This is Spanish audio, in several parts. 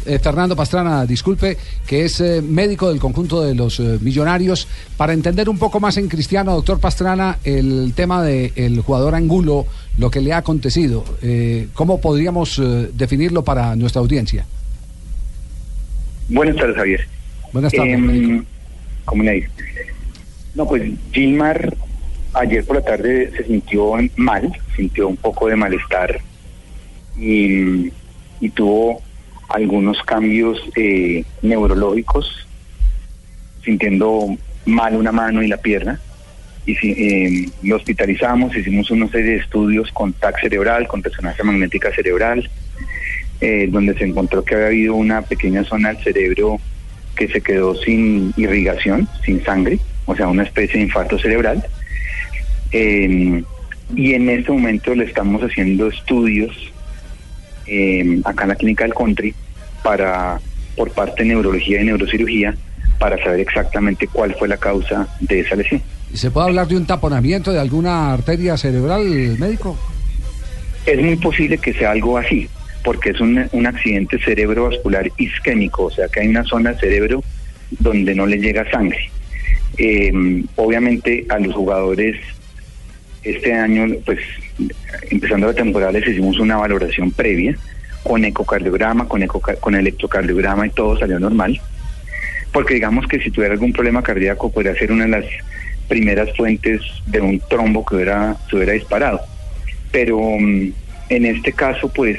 Fernando Pastrana, disculpe, que es médico del conjunto de los Millonarios. Para entender un poco más en cristiano, doctor Pastrana, el tema del jugador Angulo, lo que le ha acontecido, ¿cómo podríamos definirlo para nuestra audiencia? Buenas tardes, Javier. Buenas tardes. ¿Cómo le dice? No, pues Gilmar ayer por la tarde se sintió mal, sintió un poco de malestar y tuvo algunos cambios neurológicos, sintiendo mal una mano y la pierna, y lo hospitalizamos, hicimos una serie de estudios con TAC cerebral, con resonancia magnética cerebral, donde se encontró que había habido una pequeña zona del cerebro que se quedó sin irrigación, sin sangre, o sea, una especie de infarto cerebral. Y en este momento le estamos haciendo estudios acá en la clínica del Country por parte de neurología y neurocirugía para saber exactamente cuál fue la causa de esa lesión. ¿Se puede hablar de un taponamiento de alguna arteria cerebral, médico? Es muy posible que sea algo así, porque es un accidente cerebrovascular isquémico, o sea que hay una zona del cerebro donde no le llega sangre. Obviamente a los jugadores este año, pues empezando la temporada, les hicimos una valoración previa con ecocardiograma, con electrocardiograma, y todo salió normal, porque digamos que si tuviera algún problema cardíaco podría ser una de las primeras fuentes de un trombo que se hubiera disparado, pero en este caso pues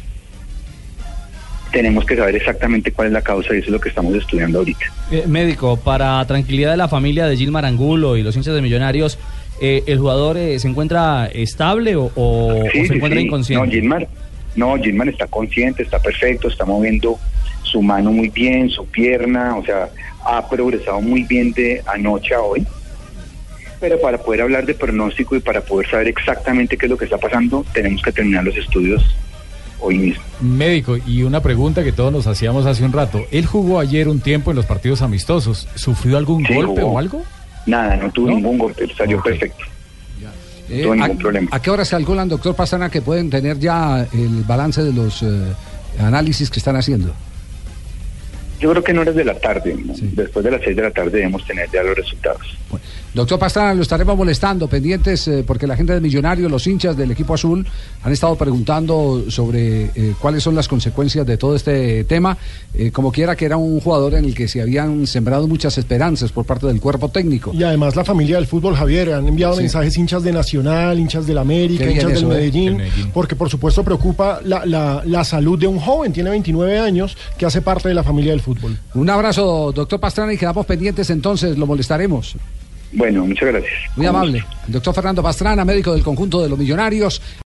tenemos que saber exactamente cuál es la causa, y eso es lo que estamos estudiando ahorita. Médico, para tranquilidad de la familia de Gilmar Angulo y los hinchas de Millonarios, ¿el jugador se encuentra estable o se encuentra inconsciente? Gilmar está consciente, está perfecto, está moviendo su mano muy bien, su pierna, o sea, ha progresado muy bien de anoche a hoy. Pero para poder hablar de pronóstico y para poder saber exactamente qué es lo que está pasando, tenemos que terminar los estudios hoy mismo. Médico, y una pregunta que todos nos hacíamos hace un rato. Él jugó ayer un tiempo en los partidos amistosos. ¿Sufrió algún golpe o algo? Nada, no tuvo ningún golpe, salió perfecto. No tuvo ningún problema. ¿A qué hora se calculan, doctor Pastrana, que pueden tener ya el balance de los análisis que están haciendo? Yo creo que en horas de la tarde, ¿no? Sí. Después de las 6 de la tarde debemos tener ya los resultados. Bueno, doctor Pastrana, lo estaremos molestando, pendientes, porque la gente de Millonarios, los hinchas del equipo azul, han estado preguntando sobre cuáles son las consecuencias de todo este tema. Como quiera, que era un jugador en el que se habían sembrado muchas esperanzas por parte del cuerpo técnico. Y además la familia del fútbol, Javier, han enviado mensajes, hinchas de Nacional, hinchas del América, hinchas del Medellín, porque por supuesto preocupa la salud de un joven, tiene 29 años, que hace parte de la familia del fútbol. Un abrazo, doctor Pastrana, y quedamos pendientes entonces, lo molestaremos. Bueno, muchas gracias. Muy amable. El doctor Fernando Pastrana, médico del conjunto de los Millonarios.